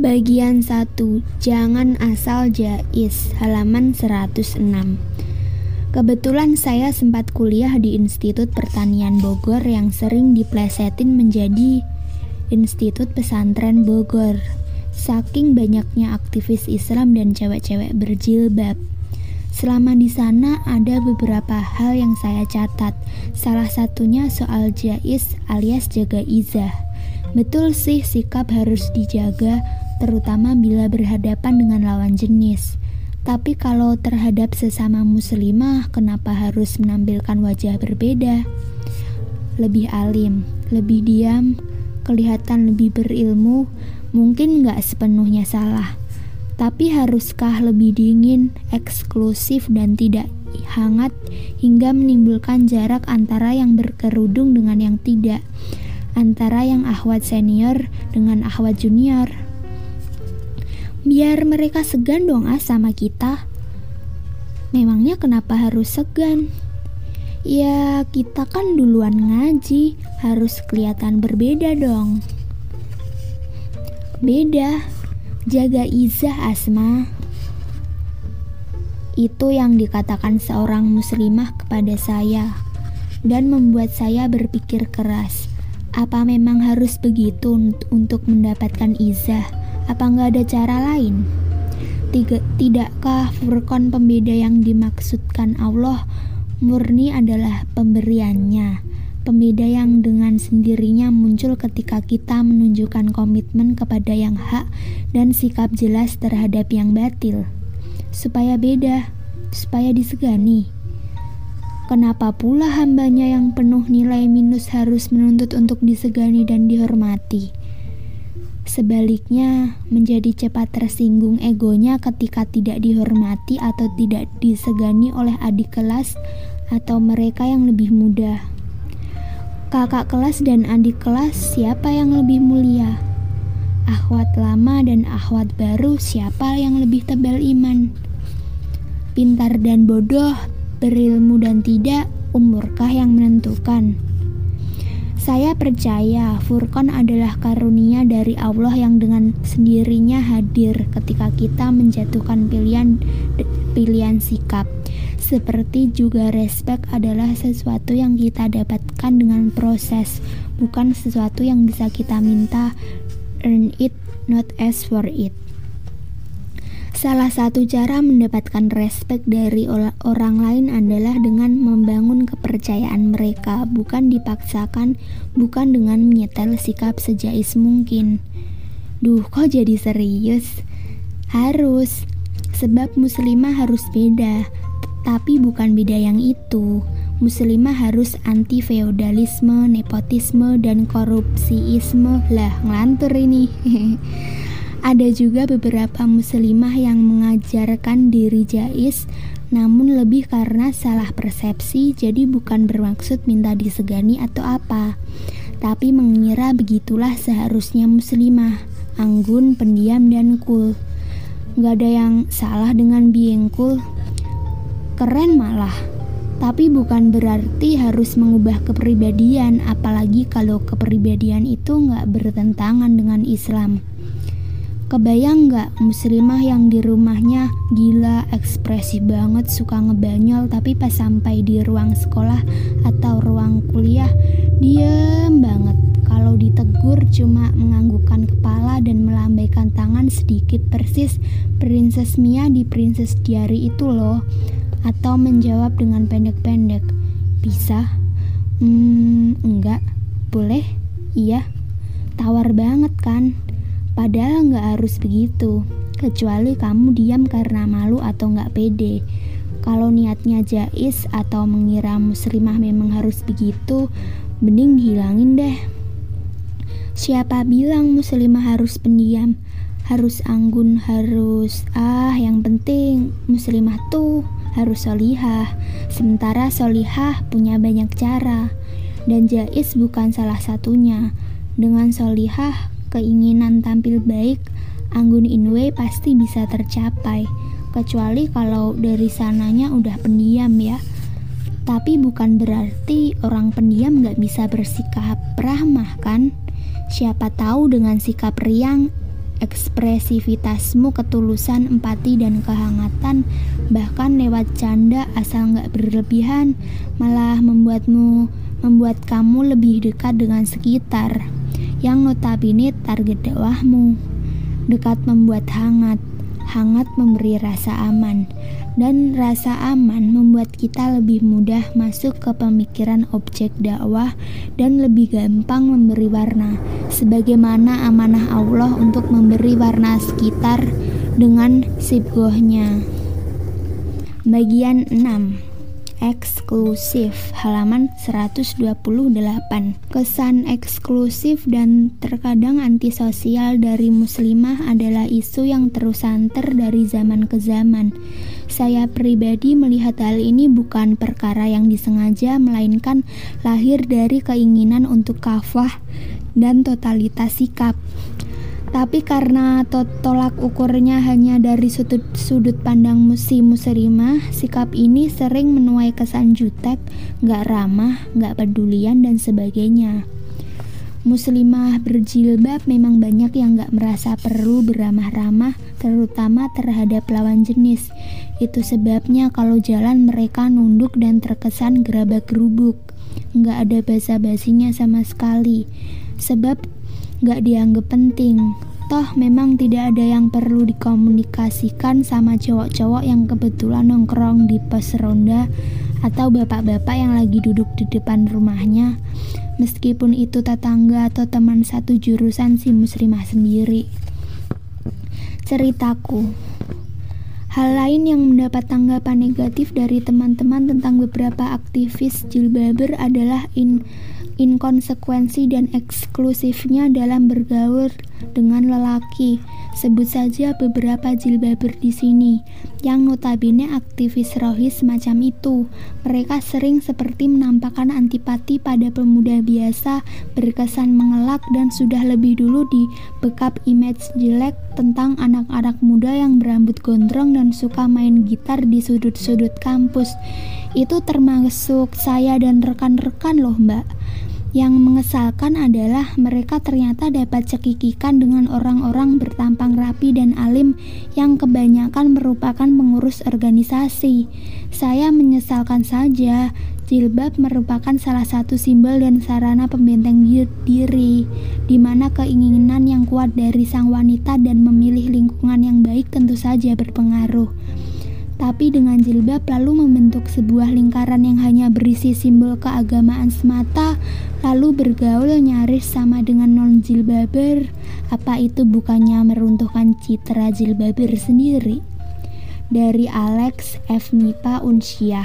Bagian 1. Jangan asal jais, halaman 106. Kebetulan saya sempat kuliah di Institut Pertanian Bogor yang sering diplesetin menjadi Institut Pesantren Bogor. Saking banyaknya aktivis Islam dan cewek-cewek berjilbab. Selama di sana ada beberapa hal yang saya catat. Salah satunya soal jais alias jaga izah. Betul sih, sikap harus dijaga, terutama bila berhadapan dengan lawan jenis. Tapi kalau terhadap sesama muslimah, kenapa harus menampilkan wajah berbeda? Lebih alim, lebih diam, kelihatan lebih berilmu, mungkin nggak sepenuhnya salah. Tapi haruskah lebih dingin, eksklusif, dan tidak hangat hingga menimbulkan jarak antara yang berkerudung dengan yang tidak? Antara yang akhwat senior dengan akhwat junior. Biar mereka segan dong sama kita. Memangnya kenapa harus segan? Ya kita kan duluan ngaji, harus kelihatan berbeda dong. Beda, jaga izah Asma. Itu yang dikatakan seorang muslimah kepada saya dan membuat saya berpikir keras. Apa memang harus begitu untuk mendapatkan izah? Apa nggak ada cara lain? Tidakkah furqan pembeda yang dimaksudkan Allah murni adalah pemberiannya? Pembeda yang dengan sendirinya muncul ketika kita menunjukkan komitmen kepada yang hak dan sikap jelas terhadap yang batil. Supaya beda, supaya disegani. Kenapa pula hambanya yang penuh nilai minus harus menuntut untuk disegani dan dihormati? Sebaliknya, menjadi cepat tersinggung egonya ketika tidak dihormati atau tidak disegani oleh adik kelas atau mereka yang lebih muda. Kakak kelas dan adik kelas, siapa yang lebih mulia? Akhwat lama dan akhwat baru, siapa yang lebih tebal iman? Pintar dan bodoh, berilmu dan tidak, umurkah yang menentukan? Saya percaya furqan adalah karunia dari Allah yang dengan sendirinya hadir ketika kita menjatuhkan pilihan sikap. Seperti juga respek adalah sesuatu yang kita dapatkan dengan proses, bukan sesuatu yang bisa kita minta. Earn it, not ask for it. Salah satu cara mendapatkan respek dari orang lain adalah dengan membangun kepercayaan mereka, bukan dipaksakan, bukan dengan menyetel sikap sejais mungkin. Duh, kok jadi serius? Harus, sebab muslimah harus beda, tapi bukan beda yang itu. Muslimah harus anti feodalisme, nepotisme, dan korupsiisme. Lah, ngelantur ini. Ada juga beberapa muslimah yang mengajarkan diri jais, namun lebih karena salah persepsi, jadi bukan bermaksud minta disegani atau apa, tapi mengira begitulah seharusnya muslimah, anggun, pendiam, dan cool. Gak ada yang salah dengan being cool, keren malah. Tapi bukan berarti harus mengubah kepribadian, apalagi kalau kepribadian itu gak bertentangan dengan Islam. Kebayang gak muslimah yang di rumahnya gila, ekspresif banget, suka ngebanyol, tapi pas sampai di ruang sekolah atau ruang kuliah diem banget. Kalau ditegur cuma menganggukkan kepala dan melambaikan tangan sedikit, persis Princess Mia di Princess Diary itu loh. Atau menjawab dengan pendek-pendek, bisa? Enggak. Boleh? Iya. Tawar banget kan? Padahal nggak harus begitu, kecuali kamu diam karena malu atau nggak pede. Kalau niatnya jais atau mengira muslimah memang harus begitu, mending dihilangin deh. Siapa bilang muslimah harus pendiam, harus anggun, harus yang penting muslimah tuh harus solihah. Sementara solihah punya banyak cara, dan jais bukan salah satunya. Dengan solihah, keinginan tampil baik, anggun in way pasti bisa tercapai, kecuali kalau dari sananya udah pendiam ya. Tapi bukan berarti orang pendiam gak bisa bersikap ramah kan? Siapa tahu dengan sikap riang ekspresivitasmu, ketulusan, empati, dan kehangatan, bahkan lewat canda asal nggak berlebihan, malah membuat kamu lebih dekat dengan sekitar yang notabene target dakwahmu. Dekat membuat hangat memberi rasa aman, dan rasa aman membuat kita lebih mudah masuk ke pemikiran objek dakwah dan lebih gampang memberi warna, sebagaimana amanah Allah untuk memberi warna sekitar dengan sibgohnya. Bagian 6. Eksklusif, halaman 128. Kesan eksklusif dan terkadang antisosial dari muslimah adalah isu yang terus santer dari zaman ke zaman. Saya pribadi melihat hal ini bukan perkara yang disengaja, melainkan lahir dari keinginan untuk kafah dan totalitas sikap. Tapi karena tolak ukurnya hanya dari sudut pandang muslimah, sikap ini sering menuai kesan jutek, gak ramah, gak pedulian, dan sebagainya. Muslimah berjilbab memang banyak yang gak merasa perlu beramah-ramah, terutama terhadap lawan jenis. Itu sebabnya kalau jalan mereka nunduk dan terkesan gerabak-gerubuk. Gak ada basa-basinya sama sekali, sebab gak dianggap penting. Toh memang tidak ada yang perlu dikomunikasikan sama cowok-cowok yang kebetulan nongkrong di pos ronda atau bapak-bapak yang lagi duduk di depan rumahnya, meskipun itu tetangga atau teman satu jurusan si muslimah sendiri. Ceritaku. Hal lain yang mendapat tanggapan negatif dari teman-teman tentang beberapa aktivis jilbaber adalah inkonsekuensi dan eksklusifnya dalam bergaul dengan lelaki. Sebut saja beberapa jilbaber di sini yang notabene aktivis rohis semacam itu. Mereka sering seperti menampakkan antipati pada pemuda biasa, berkesan mengelak, dan sudah lebih dulu dibekap image jelek tentang anak-anak muda yang berambut gondrong dan suka main gitar di sudut-sudut kampus. Itu termasuk saya dan rekan-rekan loh, Mbak. Yang mengesalkan adalah mereka ternyata dapat cekikikan dengan orang-orang bertampang rapi dan alim yang kebanyakan merupakan pengurus organisasi. Saya menyesalkan saja, jilbab merupakan salah satu simbol dan sarana pembenteng diri, di mana keinginan yang kuat dari sang wanita dan memilih lingkungan yang baik tentu saja berpengaruh. Tapi dengan jilbab lalu membentuk sebuah lingkaran yang hanya berisi simbol keagamaan semata, lalu bergaul nyaris sama dengan non-jilbaber. Apa itu bukannya meruntuhkan citra jilbaber sendiri? Dari Alex F. Nipa Unsyah.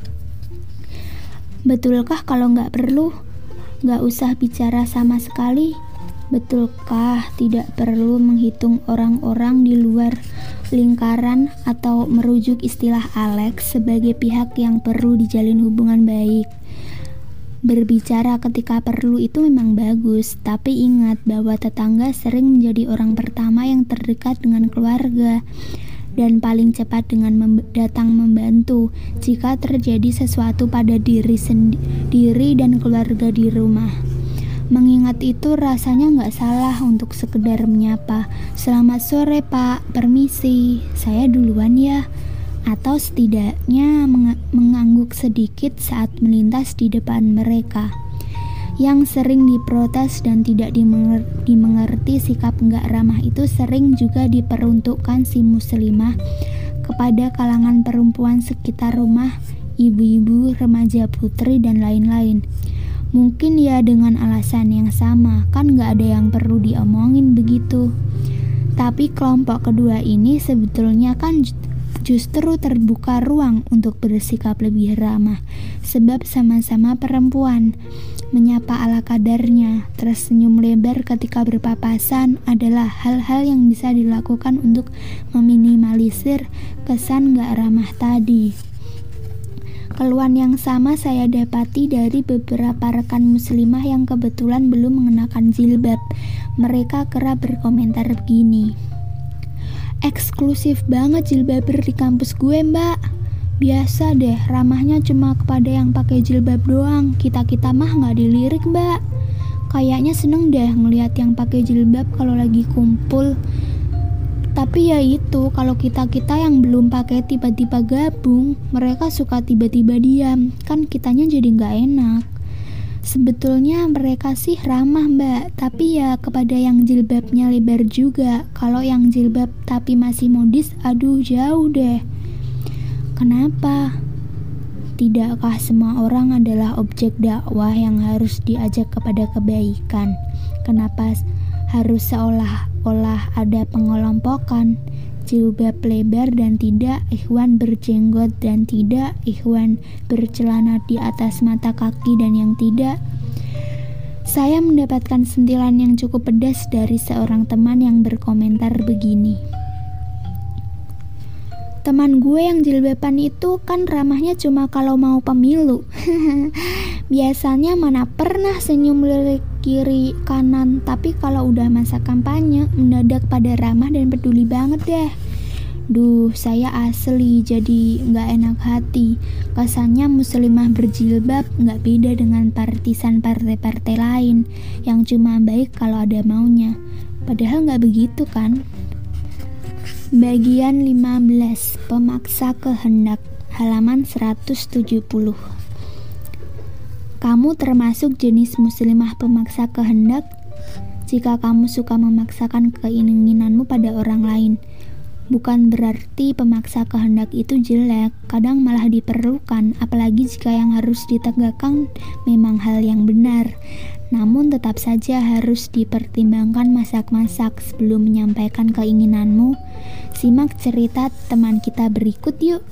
Betulkah kalau nggak perlu? Nggak usah bicara sama sekali? Betulkah tidak perlu menghitung orang-orang di luar lingkaran atau merujuk istilah Alex sebagai pihak yang perlu dijalin hubungan baik? Berbicara ketika perlu itu memang bagus, tapi ingat bahwa tetangga sering menjadi orang pertama yang terdekat dengan keluarga dan paling cepat dengan datang membantu jika terjadi sesuatu pada diri sendiri dan keluarga di rumah. Mengingat itu rasanya nggak salah untuk sekedar menyapa, "Selamat sore Pak, permisi, saya duluan ya." Atau setidaknya mengangguk sedikit saat melintas di depan mereka. Yang sering diprotes dan tidak dimengerti sikap nggak ramah itu sering juga diperuntukkan si muslimah kepada kalangan perempuan sekitar rumah, ibu-ibu, remaja putri, dan lain-lain. Mungkin ya dengan alasan yang sama, kan gak ada yang perlu diomongin begitu. Tapi kelompok kedua ini sebetulnya kan justru terbuka ruang untuk bersikap lebih ramah, sebab sama-sama perempuan. Menyapa ala kadarnya, tersenyum lebar ketika berpapasan adalah hal-hal yang bisa dilakukan untuk meminimalisir kesan gak ramah tadi. Keluhan yang sama saya dapati dari beberapa rekan muslimah yang kebetulan belum mengenakan jilbab. Mereka kerap berkomentar begini, "Eksklusif banget jilbaber di kampus gue, Mbak. Biasa deh, ramahnya cuma kepada yang pakai jilbab doang. Kita-kita mah nggak dilirik, Mbak. kayaknya seneng deh ngelihat yang pakai jilbab kalau lagi kumpul. Tapi ya itu, kalau kita-kita yang belum pakai tiba-tiba gabung, mereka suka tiba-tiba diam, kan kitanya jadi nggak enak. Sebetulnya mereka sih ramah mbak, tapi ya kepada yang jilbabnya lebar juga. Kalau yang jilbab tapi masih modis, aduh jauh deh. Kenapa? Tidakkah semua orang adalah objek dakwah yang harus diajak kepada kebaikan? Kenapa harus seolah-olah ada pengelompokan? Jilbab lebar dan tidak, ikhwan berjenggot dan tidak, ikhwan bercelana di atas mata kaki dan yang tidak. Saya mendapatkan sentilan yang cukup pedas dari seorang teman yang berkomentar begini. Teman gue yang jilbaban itu kan ramahnya cuma kalau mau pemilu. Biasanya mana pernah senyum lirik kiri kanan, tapi kalau udah masa kampanye mendadak pada ramah dan peduli banget deh. Duh, saya asli jadi nggak enak hati. Kesannya muslimah berjilbab nggak beda dengan partisan partai-partai lain yang cuma baik kalau ada maunya. Padahal nggak begitu kan? Bagian 15, pemaksa kehendak, halaman 170. Kamu termasuk jenis muslimah pemaksa kehendak? Jika kamu suka memaksakan keinginanmu pada orang lain, bukan berarti pemaksa kehendak itu jelek, kadang malah diperlukan, apalagi jika yang harus ditegakkan memang hal yang benar. Namun tetap saja harus dipertimbangkan masak-masak sebelum menyampaikan keinginanmu. Simak cerita teman kita berikut yuk.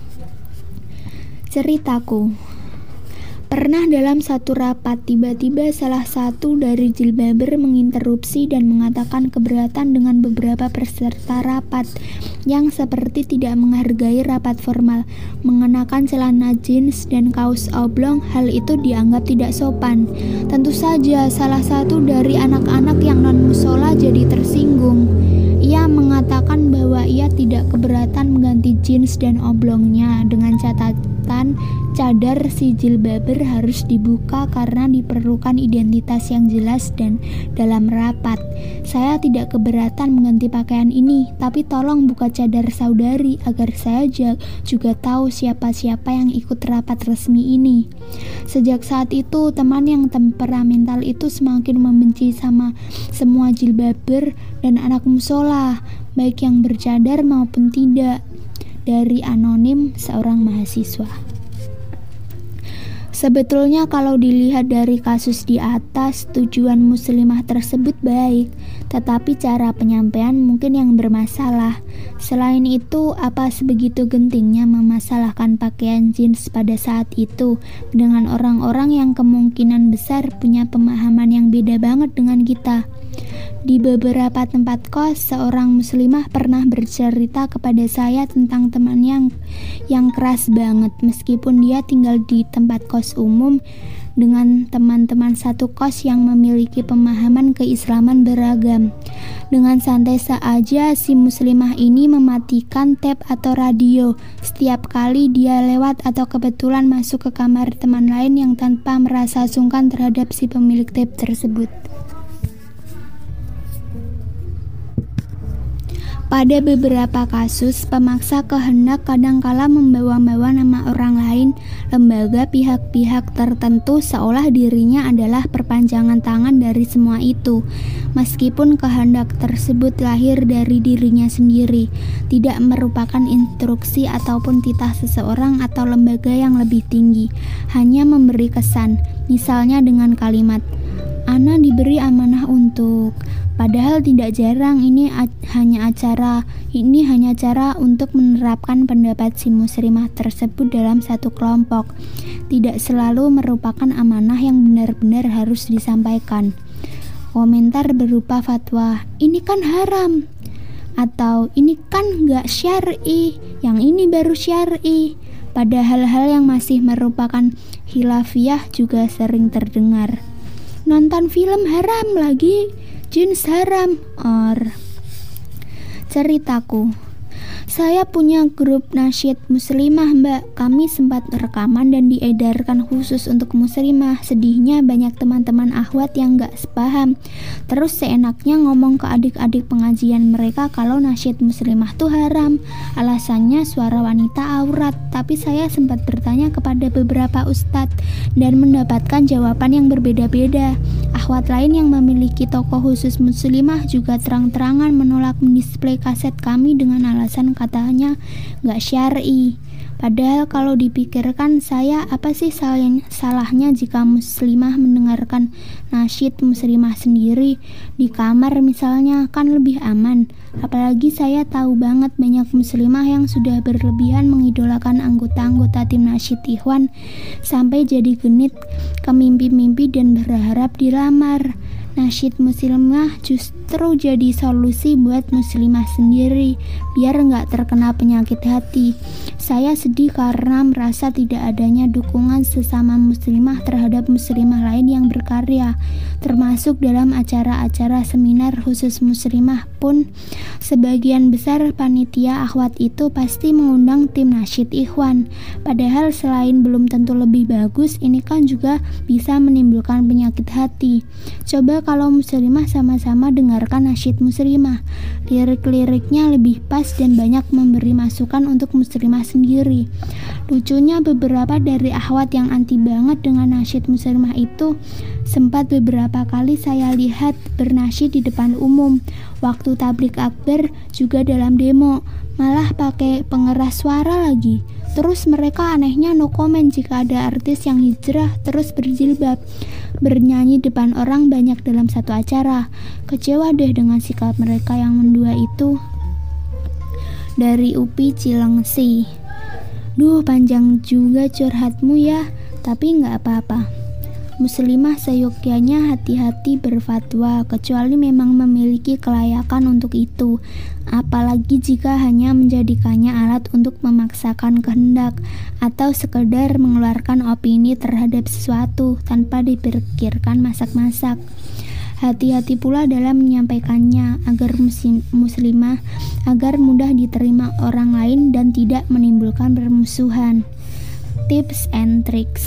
Ceritaku. Pernah dalam satu rapat, tiba-tiba salah satu dari jilbaber menginterupsi dan mengatakan keberatan dengan beberapa peserta rapat yang seperti tidak menghargai rapat formal. Mengenakan celana jeans dan kaos oblong, hal itu dianggap tidak sopan. Tentu saja salah satu dari anak-anak yang non-musola jadi tersinggung. Ia mengatakan bahwa ia tidak keberatan mengganti jeans dan oblongnya dengan catatan cadar si jilbaber harus dibuka karena diperlukan identitas yang jelas dan dalam rapat. Saya tidak keberatan mengganti pakaian ini, tapi tolong buka cadar saudari agar saya juga tahu siapa-siapa yang ikut rapat resmi ini. Sejak saat itu, teman yang temperamental itu semakin membenci sama semua jilbaber dan anak musola, baik yang bercadar maupun tidak. Dari anonim seorang mahasiswa. Sebetulnya kalau dilihat dari kasus di atas, tujuan muslimah tersebut baik, tetapi cara penyampaian mungkin yang bermasalah. Selain itu, apa sebegitu gentingnya memasalahkan pakaian jeans pada saat itu dengan orang-orang yang kemungkinan besar punya pemahaman yang beda banget dengan kita? Di beberapa tempat kos, seorang muslimah pernah bercerita kepada saya tentang temannya yang keras banget, meskipun dia tinggal di tempat kos umum dengan teman-teman satu kos yang memiliki pemahaman keislaman beragam. Dengan santai saja si muslimah ini mematikan tape atau radio setiap kali dia lewat atau kebetulan masuk ke kamar teman lain yang tanpa merasa sungkan terhadap si pemilik tape tersebut. Pada beberapa kasus, pemaksa kehendak kadangkala membawa-bawa nama orang lain, lembaga, pihak-pihak tertentu seolah dirinya adalah perpanjangan tangan dari semua itu. Meskipun kehendak tersebut lahir dari dirinya sendiri, tidak merupakan instruksi ataupun titah seseorang atau lembaga yang lebih tinggi, hanya memberi kesan, misalnya dengan kalimat, "Ana diberi amanah untuk..." Padahal tidak jarang ini hanya cara untuk menerapkan pendapat si muslimah tersebut dalam satu kelompok. Tidak selalu merupakan amanah yang benar-benar harus disampaikan. Komentar berupa fatwa, "Ini kan haram," atau "Ini kan nggak syar'i, yang ini baru syar'i." Pada hal-hal yang masih merupakan khilafiyah juga sering terdengar. "Nonton film haram lagi, jeans haram," or ceritaku. Saya punya grup nasyid muslimah, Mbak. Kami sempat rekaman dan diedarkan khusus untuk muslimah. Sedihnya banyak teman-teman akhwat yang gak sepaham. Terus seenaknya ngomong ke adik-adik pengajian mereka kalau nasyid muslimah tuh haram. Alasannya suara wanita aurat. Tapi saya sempat bertanya kepada beberapa ustadz dan mendapatkan jawaban yang berbeda-beda. Akhwat lain yang memiliki toko khusus muslimah juga terang-terangan menolak mendisplay kaset kami dengan alasan katanya gak syar'i. Padahal kalau dipikirkan saya, apa sih salahnya jika muslimah mendengarkan nasyid muslimah sendiri di kamar misalnya, kan lebih aman. Apalagi saya tahu banget banyak muslimah yang sudah berlebihan mengidolakan anggota-anggota tim nasyid Ikhwan sampai jadi genit ke mimpi-mimpi dan berharap dilamar. Nasyid muslimah justru jadi solusi buat muslimah sendiri biar nggak terkena penyakit hati. Saya sedih karena merasa tidak adanya dukungan sesama muslimah terhadap muslimah lain yang berkarya, termasuk dalam acara-acara seminar khusus muslimah pun. Sebagian besar panitia akhwat itu pasti mengundang tim nasyid Ikhwan. Padahal selain belum tentu lebih bagus, ini kan juga bisa menimbulkan penyakit hati. Coba kalau muslimah sama-sama dengarkan nasyid muslimah, lirik-liriknya lebih pas dan banyak memberi masukan untuk muslimah sendiri. Lucunya beberapa dari akhwat yang anti banget dengan nasyid muslimah itu sempat beberapa kali saya lihat bernasyid di depan umum. Waktu tablik akbar juga dalam demo, malah pakai pengeras suara lagi. Terus mereka anehnya no comment jika ada artis yang hijrah terus berjilbab bernyanyi depan orang banyak dalam satu acara. Kecewa deh dengan sikap mereka yang mendua itu. Dari UPI Cilengsi. Duh, panjang juga curhatmu ya, tapi nggak apa-apa. Muslimah seyogyanya hati-hati berfatwa, kecuali memang memiliki kelayakan untuk itu. Apalagi jika hanya menjadikannya alat untuk memaksakan kehendak atau sekedar mengeluarkan opini terhadap sesuatu tanpa dipikirkan masak-masak. Hati-hati pula dalam menyampaikannya agar muslimah agar mudah diterima orang lain dan tidak menimbulkan permusuhan. Tips and tricks.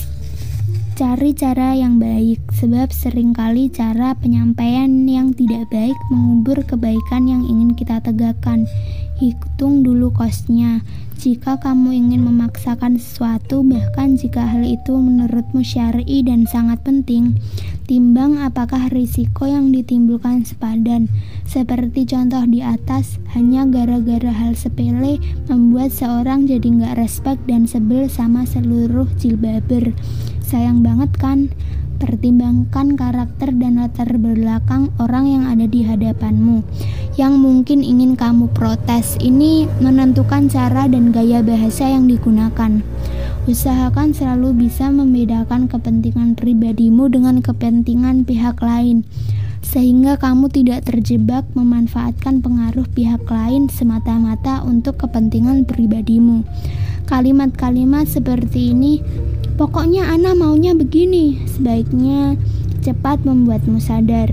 Cari cara yang baik, sebab seringkali cara penyampaian yang tidak baik mengubur kebaikan yang ingin kita tegakkan. Hitung dulu kosnya. Jika kamu ingin memaksakan sesuatu, bahkan jika hal itu menurutmu syar'i dan sangat penting, timbang apakah risiko yang ditimbulkan sepadan. Seperti contoh di atas, hanya gara-gara hal sepele membuat seorang jadi nggak respect dan sebel sama seluruh jilbaber. Sayang banget kan? Pertimbangkan karakter dan latar belakang orang yang ada di hadapanmu yang mungkin ingin kamu protes. Ini menentukan cara dan gaya bahasa yang digunakan. Usahakan selalu bisa membedakan kepentingan pribadimu dengan kepentingan pihak lain, sehingga kamu tidak terjebak memanfaatkan pengaruh pihak lain semata-mata untuk kepentingan pribadimu. Kalimat-kalimat seperti ini, pokoknya Ana maunya begini, sebaiknya cepat membuatmu sadar.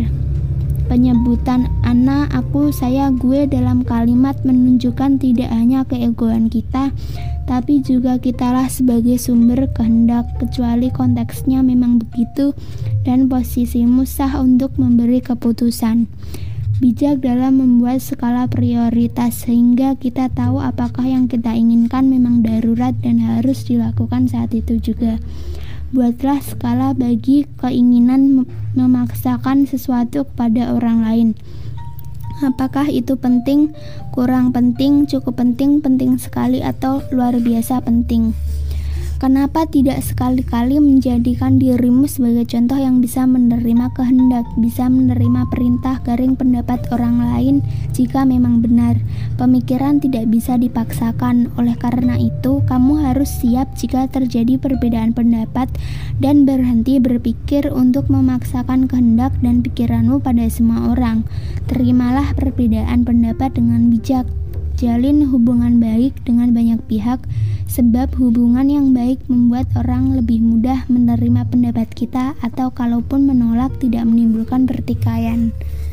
Penyebutan Ana, aku, saya, gue dalam kalimat menunjukkan tidak hanya keegoan kita, tapi juga kitalah sebagai sumber kehendak, kecuali konteksnya memang begitu dan posisimu sah untuk memberi keputusan. Bijak dalam membuat skala prioritas sehingga kita tahu apakah yang kita inginkan memang darurat dan harus dilakukan saat itu juga. Buatlah skala bagi keinginan memaksakan sesuatu kepada orang lain. Apakah itu penting, kurang penting, cukup penting, penting sekali, atau luar biasa penting? Kenapa tidak sekali-kali menjadikan dirimu sebagai contoh yang bisa menerima kehendak, bisa menerima perintah garing pendapat orang lain jika memang benar? Pemikiran tidak bisa dipaksakan. Oleh karena itu, kamu harus siap jika terjadi perbedaan pendapat dan berhenti berpikir untuk memaksakan kehendak dan pikiranmu pada semua orang. Terimalah perbedaan pendapat dengan bijak. Jalin hubungan baik dengan banyak pihak, sebab hubungan yang baik membuat orang lebih mudah menerima pendapat kita atau kalaupun menolak tidak menimbulkan pertikaian.